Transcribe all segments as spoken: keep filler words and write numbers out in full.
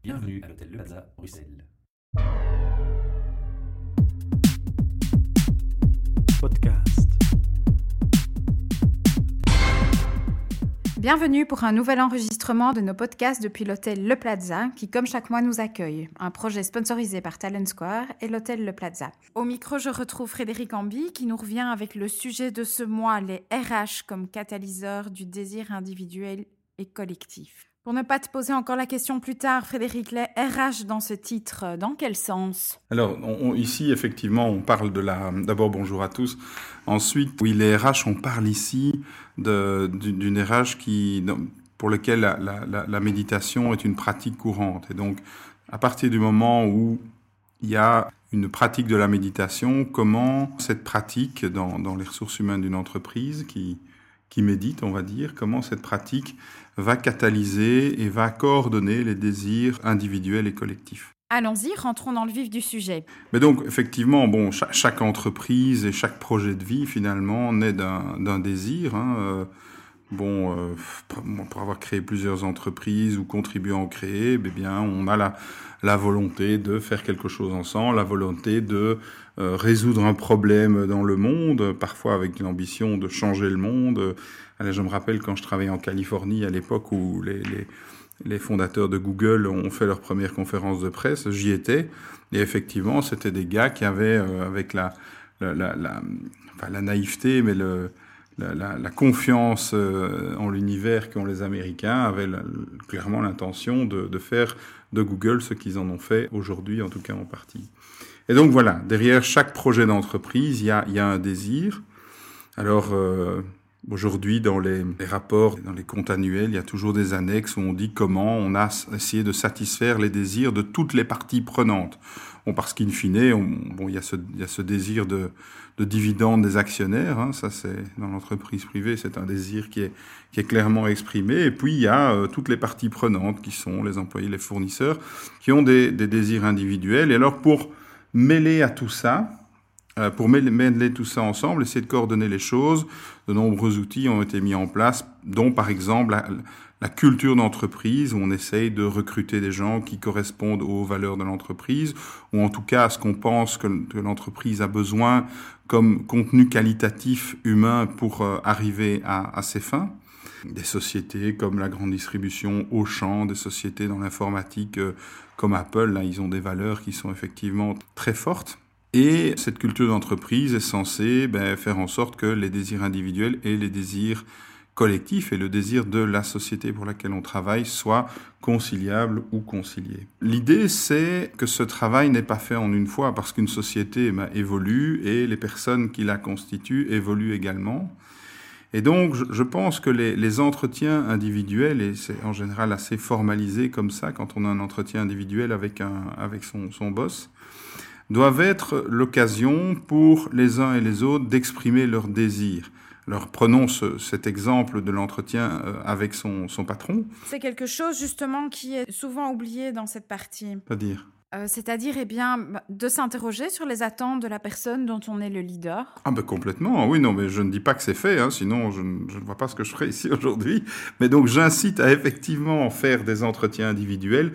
Bienvenue à l'hôtel Le Plaza, Bruxelles. Podcast. Bienvenue pour un nouvel enregistrement de nos podcasts depuis l'hôtel Le Plaza, qui comme chaque mois nous accueille. Un projet sponsorisé par Talent Square et l'hôtel Le Plaza. Au micro, je retrouve Frédéric Amby qui nous revient avec le sujet de ce mois, les R H comme catalyseur du désir individuel et collectif. Pour ne pas te poser encore la question plus tard, Frédéric, les R H dans ce titre, dans quel sens ? Alors, on, on, ici, effectivement, on parle de la... D'abord, bonjour à tous. Ensuite, oui, les R H, on parle ici de, d'une R H qui, pour laquelle la, la, la, la méditation est une pratique courante. Et donc, à partir du moment où il y a une pratique de la méditation, comment cette pratique, dans, dans les ressources humaines d'une entreprise qui... qui médite, on va dire, comment cette pratique va catalyser et va coordonner les désirs individuels et collectifs. Allons-y, rentrons dans le vif du sujet. Mais donc, effectivement, bon, chaque, chaque entreprise et chaque projet de vie, finalement, naît d'un, d'un désir. Hein, euh, bon, euh, pour avoir créé plusieurs entreprises ou contribué à en créer, eh bien, on a la, la volonté de faire quelque chose ensemble, la volonté de euh, résoudre un problème dans le monde, parfois avec l'ambition de changer le monde. Allez, je me rappelle quand je travaillais en Californie, à l'époque où les, les, les fondateurs de Google ont fait leur première conférence de presse, j'y étais, et effectivement, c'était des gars qui avaient, euh, avec la, la, la, la, enfin, la naïveté, mais le... La, la, la confiance euh, en l'univers qu'ont les Américains avait la, clairement l'intention de, de faire de Google ce qu'ils en ont fait aujourd'hui, en tout cas en partie. Et donc voilà, derrière chaque projet d'entreprise, il y a, il y a un désir. Alors euh, aujourd'hui, dans les, les rapports, dans les comptes annuels, il y a toujours des annexes où on dit comment on a essayé de satisfaire les désirs de toutes les parties prenantes. Bon, parce qu'in fine, on, bon, il y a ce, il y a ce désir de, de dividendes des actionnaires. Hein, ça, c'est dans l'entreprise privée, c'est un désir qui est, qui est clairement exprimé. Et puis il y a euh, toutes les parties prenantes qui sont les employés, les fournisseurs, qui ont des, des désirs individuels. Et alors, pour mêler à tout ça, euh, pour mêler, mêler tout ça ensemble, essayer de coordonner les choses, de nombreux outils ont été mis en place, dont par exemple la, la culture d'entreprise, où on essaye de recruter des gens qui correspondent aux valeurs de l'entreprise, ou en tout cas à ce qu'on pense que, que l'entreprise a besoin comme contenu qualitatif humain pour euh, arriver à, à ses fins. Des sociétés comme la grande distribution Auchan, des sociétés dans l'informatique euh, comme Apple, là, ils ont des valeurs qui sont effectivement très fortes. Et cette culture d'entreprise est censée ben, faire en sorte que les désirs individuels et les désirs collectif et le désir de la société pour laquelle on travaille soit conciliable ou concilié. L'idée, c'est que ce travail n'est pas fait en une fois parce qu'une société ben, évolue et les personnes qui la constituent évoluent également. Et donc, je, je pense que les, les entretiens individuels, et c'est en général assez formalisé comme ça quand on a un entretien individuel avec, un, avec son, son boss, doivent être l'occasion pour les uns et les autres d'exprimer leurs désirs. Alors, prenons ce, cet exemple de l'entretien avec son, son patron. C'est quelque chose, justement, qui est souvent oublié dans cette partie. C'est-à-dire euh, C'est-à-dire, eh bien, de s'interroger sur les attentes de la personne dont on est le leader. Ah ben complètement, oui, non, mais je ne dis pas que c'est fait, hein, sinon je ne, je ne vois pas ce que je ferai ici aujourd'hui. Mais donc, j'incite à effectivement faire des entretiens individuels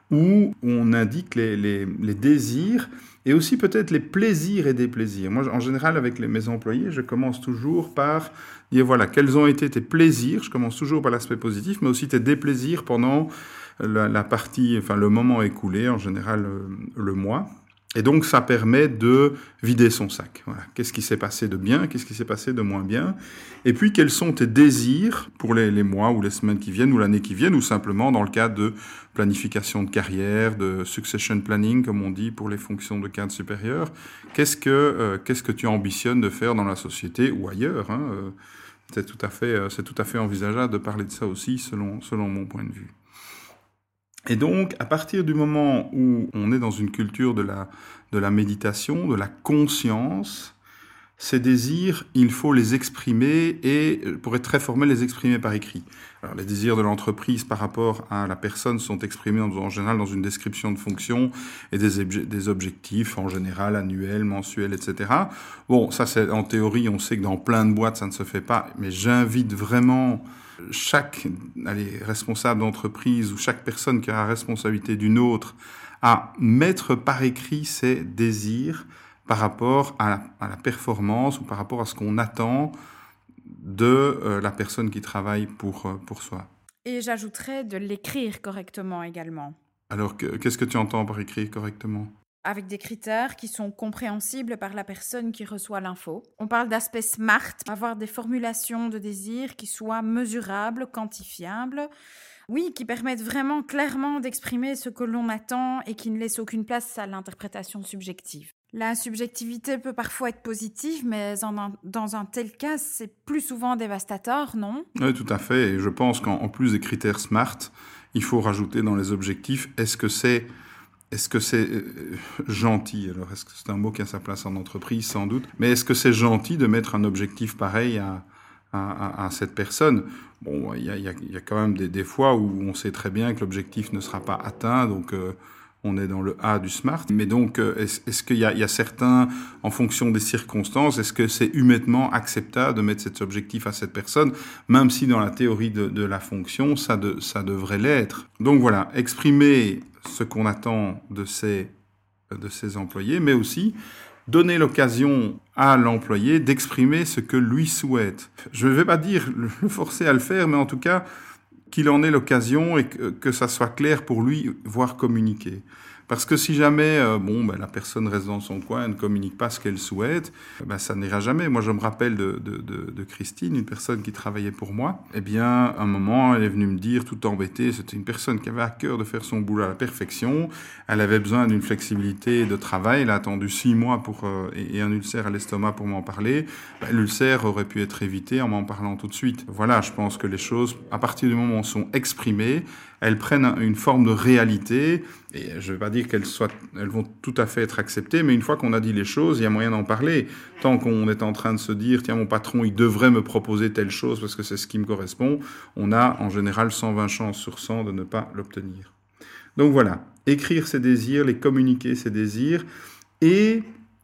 où on indique les, les, les désirs et aussi peut-être les plaisirs et déplaisirs. Moi, en général, avec les, mes employés, je commence toujours par dire, voilà, quels ont été tes plaisirs. Je commence toujours par l'aspect positif, mais aussi tes déplaisirs pendant la, la partie, enfin le moment écoulé, en général le, le mois. Et donc, ça permet de vider son sac. Voilà. Qu'est-ce qui s'est passé de bien, qu'est-ce qui s'est passé de moins bien? Et puis, quels sont tes désirs pour les, les mois ou les semaines qui viennent ou l'année qui vienne, ou simplement dans le cadre de planification de carrière, de succession planning, comme on dit pour les fonctions de cadre supérieur. Qu'est-ce que, euh, qu'est-ce que tu ambitionnes de faire dans la société ou ailleurs, hein? euh, c'est tout à fait, euh, c'est tout à fait envisageable de parler de ça aussi, selon, selon mon point de vue. Et donc, à partir du moment où on est dans une culture de la, de la méditation, de la conscience, ces désirs, il faut les exprimer et, pour être très formel, les exprimer par écrit. Alors, les désirs de l'entreprise par rapport à la personne sont exprimés en, en général dans une description de fonction et des, obje- des objectifs en général annuels, mensuels, et cetera. Bon, ça c'est en théorie, on sait que dans plein de boîtes ça ne se fait pas, mais j'invite vraiment chaque allez, responsable d'entreprise ou chaque personne qui a la responsabilité d'une autre à mettre par écrit ses désirs par rapport à la, à la performance ou par rapport à ce qu'on attend de euh, la personne qui travaille pour, euh, pour soi. Et j'ajouterais de l'écrire correctement également. Alors, que, qu'est-ce que tu entends par écrire correctement ? Avec des critères qui sont compréhensibles par la personne qui reçoit l'info. On parle d'aspect SMART, avoir des formulations de désirs qui soient mesurables, quantifiables, oui, qui permettent vraiment clairement d'exprimer ce que l'on attend et qui ne laissent aucune place à l'interprétation subjective. La subjectivité peut parfois être positive, mais en un, dans un tel cas, c'est plus souvent dévastateur, non ? Oui, tout à fait. Et je pense qu'en en plus des critères SMART, il faut rajouter dans les objectifs, est-ce que c'est, est-ce que c'est euh, gentil ? Alors, est-ce que c'est un mot qui a sa place en entreprise, sans doute, mais est-ce que c'est gentil de mettre un objectif pareil à, à, à, à cette personne ? Bon, il y a, y a, y a quand même des, des fois où on sait très bien que l'objectif ne sera pas atteint, donc... Euh, on est dans le A du SMART. Mais donc, est-ce, est-ce qu'il y a, il y a certains, en fonction des circonstances, est-ce que c'est humainement acceptable de mettre cet objectif à cette personne, même si dans la théorie de, de la fonction, ça, de, ça devrait l'être. Donc voilà, exprimer ce qu'on attend de ses, de ses employés, mais aussi donner l'occasion à l'employé d'exprimer ce que lui souhaite. Je ne vais pas dire le forcer à le faire, mais en tout cas, qu'il en ait l'occasion et que, que ça soit clair pour lui, voire communiquer. Parce que si jamais euh, bon, ben, la personne reste dans son coin et ne communique pas ce qu'elle souhaite, ben, ça n'ira jamais. Moi, je me rappelle de, de, de, de Christine, une personne qui travaillait pour moi. Eh bien, à un moment, elle est venue me dire, tout embêtée, c'était une personne qui avait à cœur de faire son boulot à la perfection. Elle avait besoin d'une flexibilité de travail. Elle a attendu six mois pour, euh, et, et un ulcère à l'estomac pour m'en parler. Ben, l'ulcère aurait pu être évité en m'en parlant tout de suite. Voilà, je pense que les choses, à partir du moment où elles sont exprimées, elles prennent une forme de réalité, et je ne vais pas dire qu'elles soient, elles vont tout à fait être acceptées, mais une fois qu'on a dit les choses, il y a moyen d'en parler. Tant qu'on est en train de se dire, tiens, mon patron, il devrait me proposer telle chose parce que c'est ce qui me correspond, on a en général cent vingt chances sur cent de ne pas l'obtenir. Donc voilà, écrire ses désirs, les communiquer ses désirs, et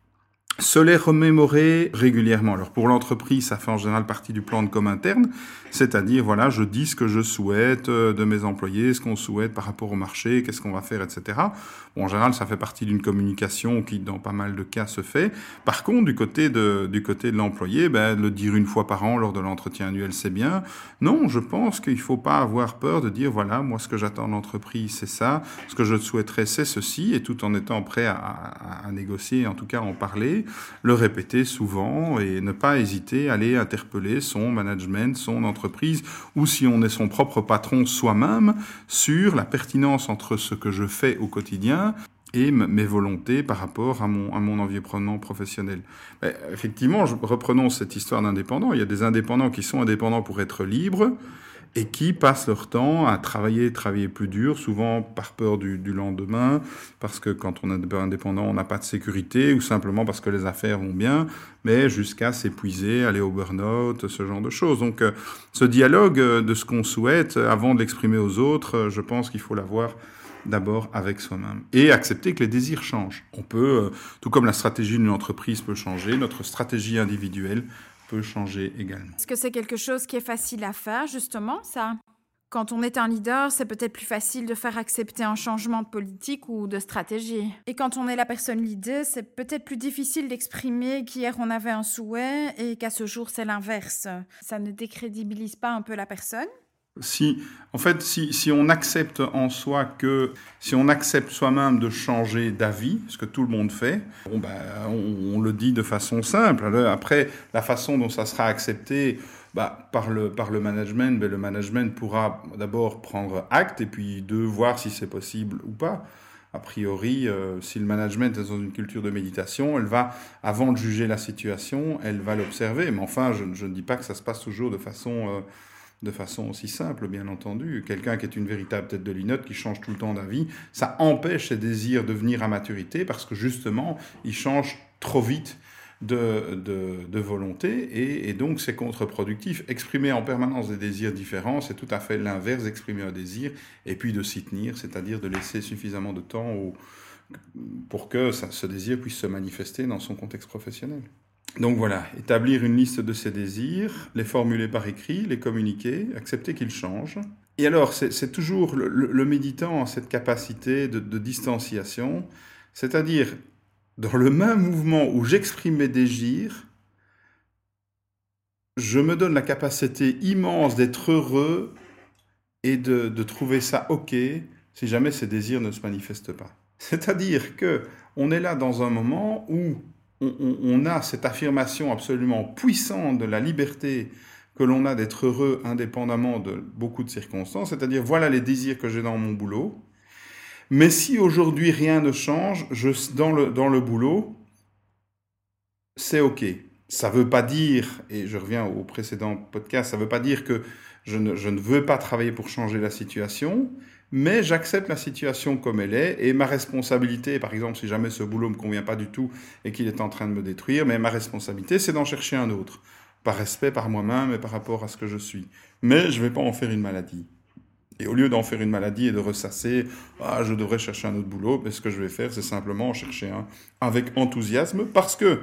se les remémorer régulièrement. Alors pour l'entreprise, ça fait en général partie du plan de com interne, c'est-à-dire, voilà, je dis ce que je souhaite de mes employés, ce qu'on souhaite par rapport au marché, qu'est-ce qu'on va faire, et cetera. Bon, en général, ça fait partie d'une communication qui, dans pas mal de cas, se fait. Par contre, du côté de, du côté de l'employé, ben, le dire une fois par an lors de l'entretien annuel, c'est bien. Non, je pense qu'il faut pas avoir peur de dire, voilà, moi, ce que j'attends de l'entreprise, c'est ça, ce que je souhaiterais, c'est ceci, et tout en étant prêt à, à, à négocier, en tout cas, à en parler, le répéter souvent et ne pas hésiter à aller interpeller son management, son entreprise, ou si on est son propre patron soi-même, sur la pertinence entre ce que je fais au quotidien et m- mes volontés par rapport à mon, à mon environnement professionnel. Mais, effectivement, je, reprenons cette histoire d'indépendants. Il y a des indépendants qui sont indépendants pour être libres, et qui passent leur temps à travailler, travailler plus dur, souvent par peur du, du lendemain, parce que quand on est indépendant, on n'a pas de sécurité, ou simplement parce que les affaires vont bien, mais jusqu'à s'épuiser, aller au burn-out, ce genre de choses. Donc, euh, ce dialogue de ce qu'on souhaite, avant de l'exprimer aux autres, je pense qu'il faut l'avoir d'abord avec soi-même. Et accepter que les désirs changent. On peut, euh, tout comme la stratégie d'une entreprise peut changer, notre stratégie individuelle peut changer également. Est-ce que c'est quelque chose qui est facile à faire, justement, ça ? Quand on est un leader, c'est peut-être plus facile de faire accepter un changement de politique ou de stratégie. Et quand on est la personne leader, c'est peut-être plus difficile d'exprimer qu'hier on avait un souhait et qu'à ce jour c'est l'inverse. Ça ne décrédibilise pas un peu la personne ? Si, en fait, si, si on accepte en soi que, si on accepte soi-même de changer d'avis, ce que tout le monde fait, bon ben, on, on le dit de façon simple. Alors, après, la façon dont ça sera accepté bah, par le, par le management, ben, le management pourra d'abord prendre acte et puis de voir si c'est possible ou pas. A priori, euh, si le management est dans une culture de méditation, elle va, avant de juger la situation, elle va l'observer. Mais enfin, je, je ne dis pas que ça se passe toujours de façon... Euh, de façon aussi simple, bien entendu. Quelqu'un qui est une véritable tête de linotte, qui change tout le temps d'avis, ça empêche ses désirs de venir à maturité parce que justement, il change trop vite de, de, de volonté et, et donc c'est contre-productif. Exprimer en permanence des désirs différents, c'est tout à fait l'inverse d'exprimer un désir et puis de s'y tenir, c'est-à-dire de laisser suffisamment de temps au, pour que ça, ce désir puisse se manifester dans son contexte professionnel. Donc voilà, établir une liste de ses désirs, les formuler par écrit, les communiquer, accepter qu'ils changent. Et alors, c'est, c'est toujours le, le, le méditant a cette capacité de, de distanciation, c'est-à-dire, dans le même mouvement où j'exprime mes désirs, je me donne la capacité immense d'être heureux et de, de trouver ça OK si jamais ces désirs ne se manifestent pas. C'est-à-dire qu'on est là dans un moment où on, on, on a cette affirmation absolument puissante de la liberté que l'on a d'être heureux indépendamment de beaucoup de circonstances, c'est-à-dire voilà les désirs que j'ai dans mon boulot, mais si aujourd'hui rien ne change, je, dans, le, dans le boulot, c'est OK. Ça ne veut pas dire, et je reviens au précédent podcast, ça ne veut pas dire que je ne, je ne veux pas travailler pour changer la situation, mais j'accepte la situation comme elle est, et ma responsabilité, par exemple, si jamais ce boulot ne me convient pas du tout et qu'il est en train de me détruire, mais ma responsabilité, c'est d'en chercher un autre, par respect par moi-même et par rapport à ce que je suis. Mais je ne vais pas en faire une maladie. Et au lieu d'en faire une maladie et de ressasser « Ah, je devrais chercher un autre boulot », mais ce que je vais faire, c'est simplement en chercher un avec enthousiasme, parce que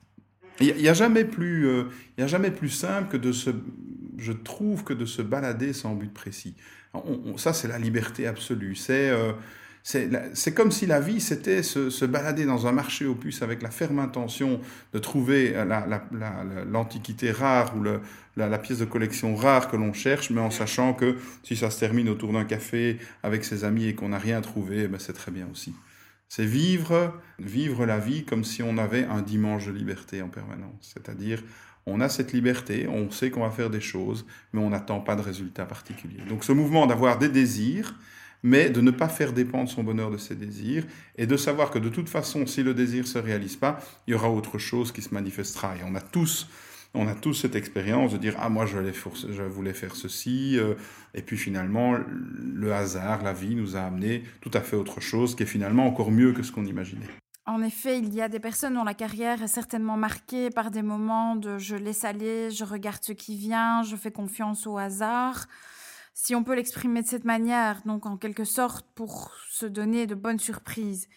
il n'y a, a jamais plus, euh, il y a jamais plus simple que de se, je trouve, que de se balader sans but précis. On, on, ça, c'est la liberté absolue. C'est, euh, c'est, la, c'est comme si la vie, c'était se, se balader dans un marché aux puces avec la ferme intention de trouver la, la, la, la, l'antiquité rare ou le, la, la pièce de collection rare que l'on cherche, mais en sachant que si ça se termine autour d'un café avec ses amis et qu'on n'a rien trouvé, ben c'est très bien aussi. C'est vivre, vivre la vie comme si on avait un dimanche de liberté en permanence. C'est-à-dire, on a cette liberté, on sait qu'on va faire des choses, mais on n'attend pas de résultats particuliers. Donc ce mouvement d'avoir des désirs, mais de ne pas faire dépendre son bonheur de ses désirs, et de savoir que de toute façon, si le désir ne se réalise pas, il y aura autre chose qui se manifestera. Et on a tous... On a tous cette expérience de dire « Ah, moi, je voulais faire, je voulais faire ceci. Euh, » Et puis finalement, le hasard, la vie nous a amené tout à fait autre chose qui est finalement encore mieux que ce qu'on imaginait. En effet, il y a des personnes dont la carrière est certainement marquée par des moments de « je laisse aller, je regarde ce qui vient, je fais confiance au hasard ». Si on peut l'exprimer de cette manière, donc en quelque sorte pour se donner de bonnes surprises.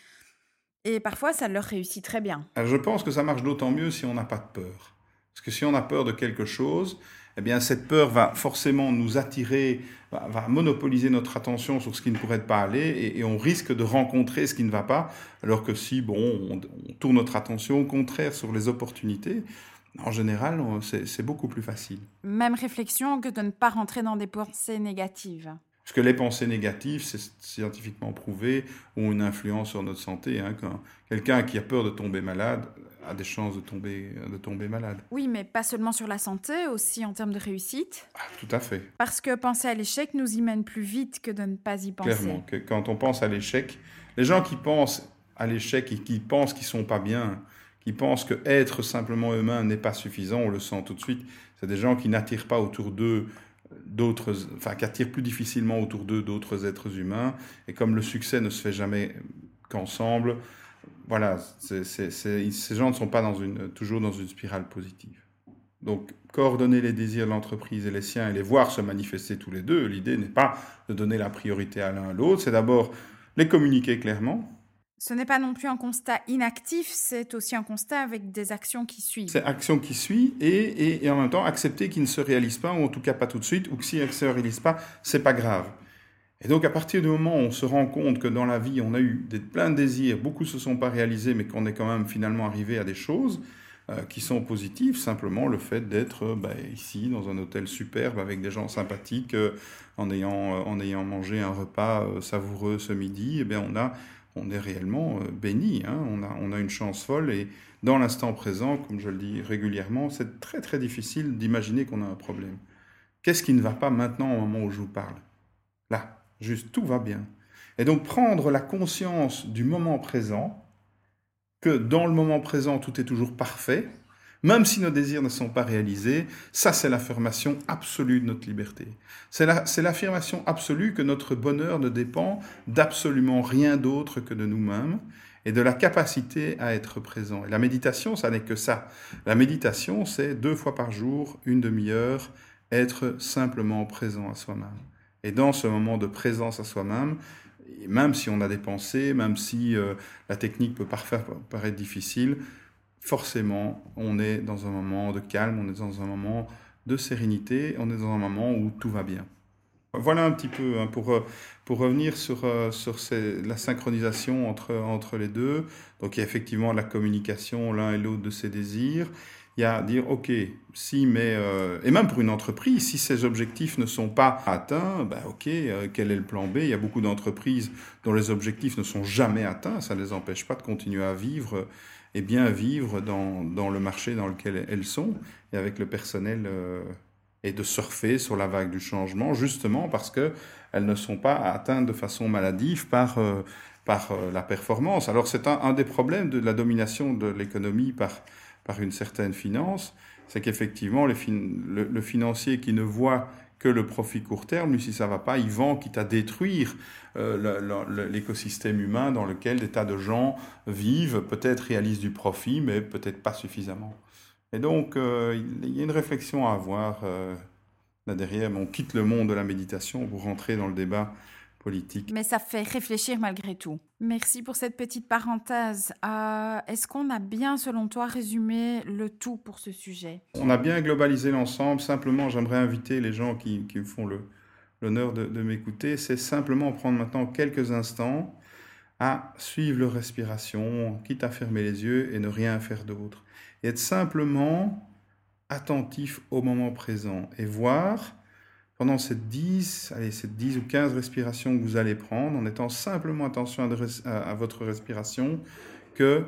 Et parfois, ça leur réussit très bien. Alors, je pense que ça marche d'autant mieux si on n'a pas de peur. Parce que si on a peur de quelque chose, eh bien cette peur va forcément nous attirer, va, va monopoliser notre attention sur ce qui ne pourrait pas aller, et, et on risque de rencontrer ce qui ne va pas, alors que si bon, on, on tourne notre attention au contraire sur les opportunités, en général, on, c'est, c'est beaucoup plus facile. Même réflexion que de ne pas rentrer dans des pensées négatives. Parce que les pensées négatives, c'est scientifiquement prouvé, ont une influence sur notre santé. Hein. Quand quelqu'un qui a peur de tomber malade a des chances de tomber, de tomber malade. Oui, mais pas seulement sur la santé, aussi en termes de réussite. Ah, tout à fait. Parce que penser à l'échec nous y mène plus vite que de ne pas y penser. Clairement, que quand on pense à l'échec, les gens qui pensent à l'échec et qui pensent qu'ils ne sont pas bien, qui pensent qu'être simplement humain n'est pas suffisant, on le sent tout de suite, c'est des gens qui n'attirent pas autour d'eux d'autres, enfin, qui attirent plus difficilement autour d'eux d'autres êtres humains, et comme le succès ne se fait jamais qu'ensemble, voilà, c'est, c'est, c'est, ces gens ne sont pas dans une, toujours dans une spirale positive. Donc, coordonner les désirs de l'entreprise et les siens et les voir se manifester tous les deux, l'idée n'est pas de donner la priorité à l'un à l'autre, c'est d'abord les communiquer clairement. Ce n'est pas non plus un constat inactif, c'est aussi un constat avec des actions qui suivent. C'est action qui suit et, et, et en même temps accepter qu'ils ne se réalisent pas, ou en tout cas pas tout de suite, ou que si elles ne se réalisent pas, c'est pas grave. Et donc à partir du moment où on se rend compte que dans la vie, on a eu des, plein de désirs, beaucoup ne se sont pas réalisés, mais qu'on est quand même finalement arrivé à des choses euh, qui sont positives, simplement le fait d'être euh, bah, ici, dans un hôtel superbe, avec des gens sympathiques, euh, en, ayant, euh, en ayant mangé un repas euh, savoureux ce midi, eh bien on a... on est réellement béni, hein. on, a, on a une chance folle, et dans l'instant présent, comme je le dis régulièrement, c'est très très difficile d'imaginer qu'on a un problème. Qu'est-ce qui ne va pas maintenant au moment où je vous parle ? Là, juste tout va bien. Et donc prendre la conscience du moment présent, que dans le moment présent tout est toujours parfait, même si nos désirs ne sont pas réalisés, ça c'est l'affirmation absolue de notre liberté. C'est, la, c'est l'affirmation absolue que notre bonheur ne dépend d'absolument rien d'autre que de nous-mêmes et de la capacité à être présent. Et la méditation, ça n'est que ça. La méditation, c'est deux fois par jour, une demi-heure, être simplement présent à soi-même. Et dans ce moment de présence à soi-même, même si on a des pensées, même si euh, la technique peut parfois paraître difficile, forcément, on est dans un moment de calme, on est dans un moment de sérénité, on est dans un moment où tout va bien. Voilà un petit peu, hein, pour, pour revenir sur, sur ces, la synchronisation entre, entre les deux. Donc il y a effectivement la communication l'un et l'autre de ses désirs. Il y a dire, ok, si, mais, euh, et même pour une entreprise, si ces objectifs ne sont pas atteints, ben ok, euh, quel est le plan B? Il y a beaucoup d'entreprises dont les objectifs ne sont jamais atteints, ça ne les empêche pas de continuer à vivre et bien vivre dans, dans le marché dans lequel elles sont, et avec le personnel, euh, et de surfer sur la vague du changement, justement parce qu'elles ne sont pas atteintes de façon maladive par, euh, par euh, la performance. Alors c'est un, un des problèmes de la domination de l'économie par par une certaine finance, c'est qu'effectivement, les fin- le, le financier qui ne voit que le profit court terme, lui, si ça ne va pas, il vend, quitte à détruire euh, le, le, l'écosystème humain dans lequel des tas de gens vivent, peut-être réalisent du profit, mais peut-être pas suffisamment. Et donc, euh, il y a une réflexion à avoir euh, là derrière. On quitte le monde de la méditation pour rentrer dans le débat politique. Mais ça fait réfléchir malgré tout. Merci pour cette petite parenthèse. Euh, est-ce qu'on a bien, selon toi, résumé le tout pour ce sujet? On a bien globalisé l'ensemble. Simplement, j'aimerais inviter les gens qui, qui me font le, l'honneur de, de m'écouter. C'est simplement prendre maintenant quelques instants à suivre leur respiration, quitte à fermer les yeux et ne rien faire d'autre. Et être simplement attentif au moment présent et voir... Pendant ces dix, allez, ces dix ou quinze respirations que vous allez prendre, en étant simplement attention à, à, à votre respiration, que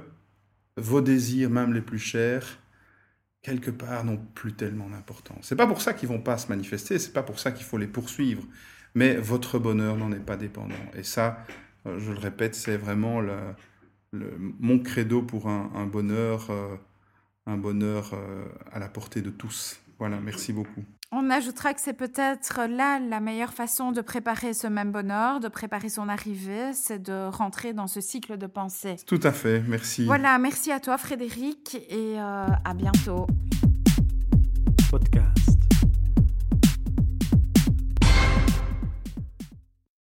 vos désirs, même les plus chers, quelque part, n'ont plus tellement d'importance. C'est pas pour ça qu'ils vont pas se manifester, c'est pas pour ça qu'il faut les poursuivre, mais votre bonheur n'en est pas dépendant. Et ça, je le répète, c'est vraiment le, le, mon credo pour un, un bonheur, euh, un bonheur euh, à la portée de tous. Voilà, merci beaucoup. On ajoutera que c'est peut-être là la meilleure façon de préparer ce même bonheur, de préparer son arrivée, c'est de rentrer dans ce cycle de pensée. Tout à fait, merci. Voilà, merci à toi Frédéric et euh, à bientôt. Podcast.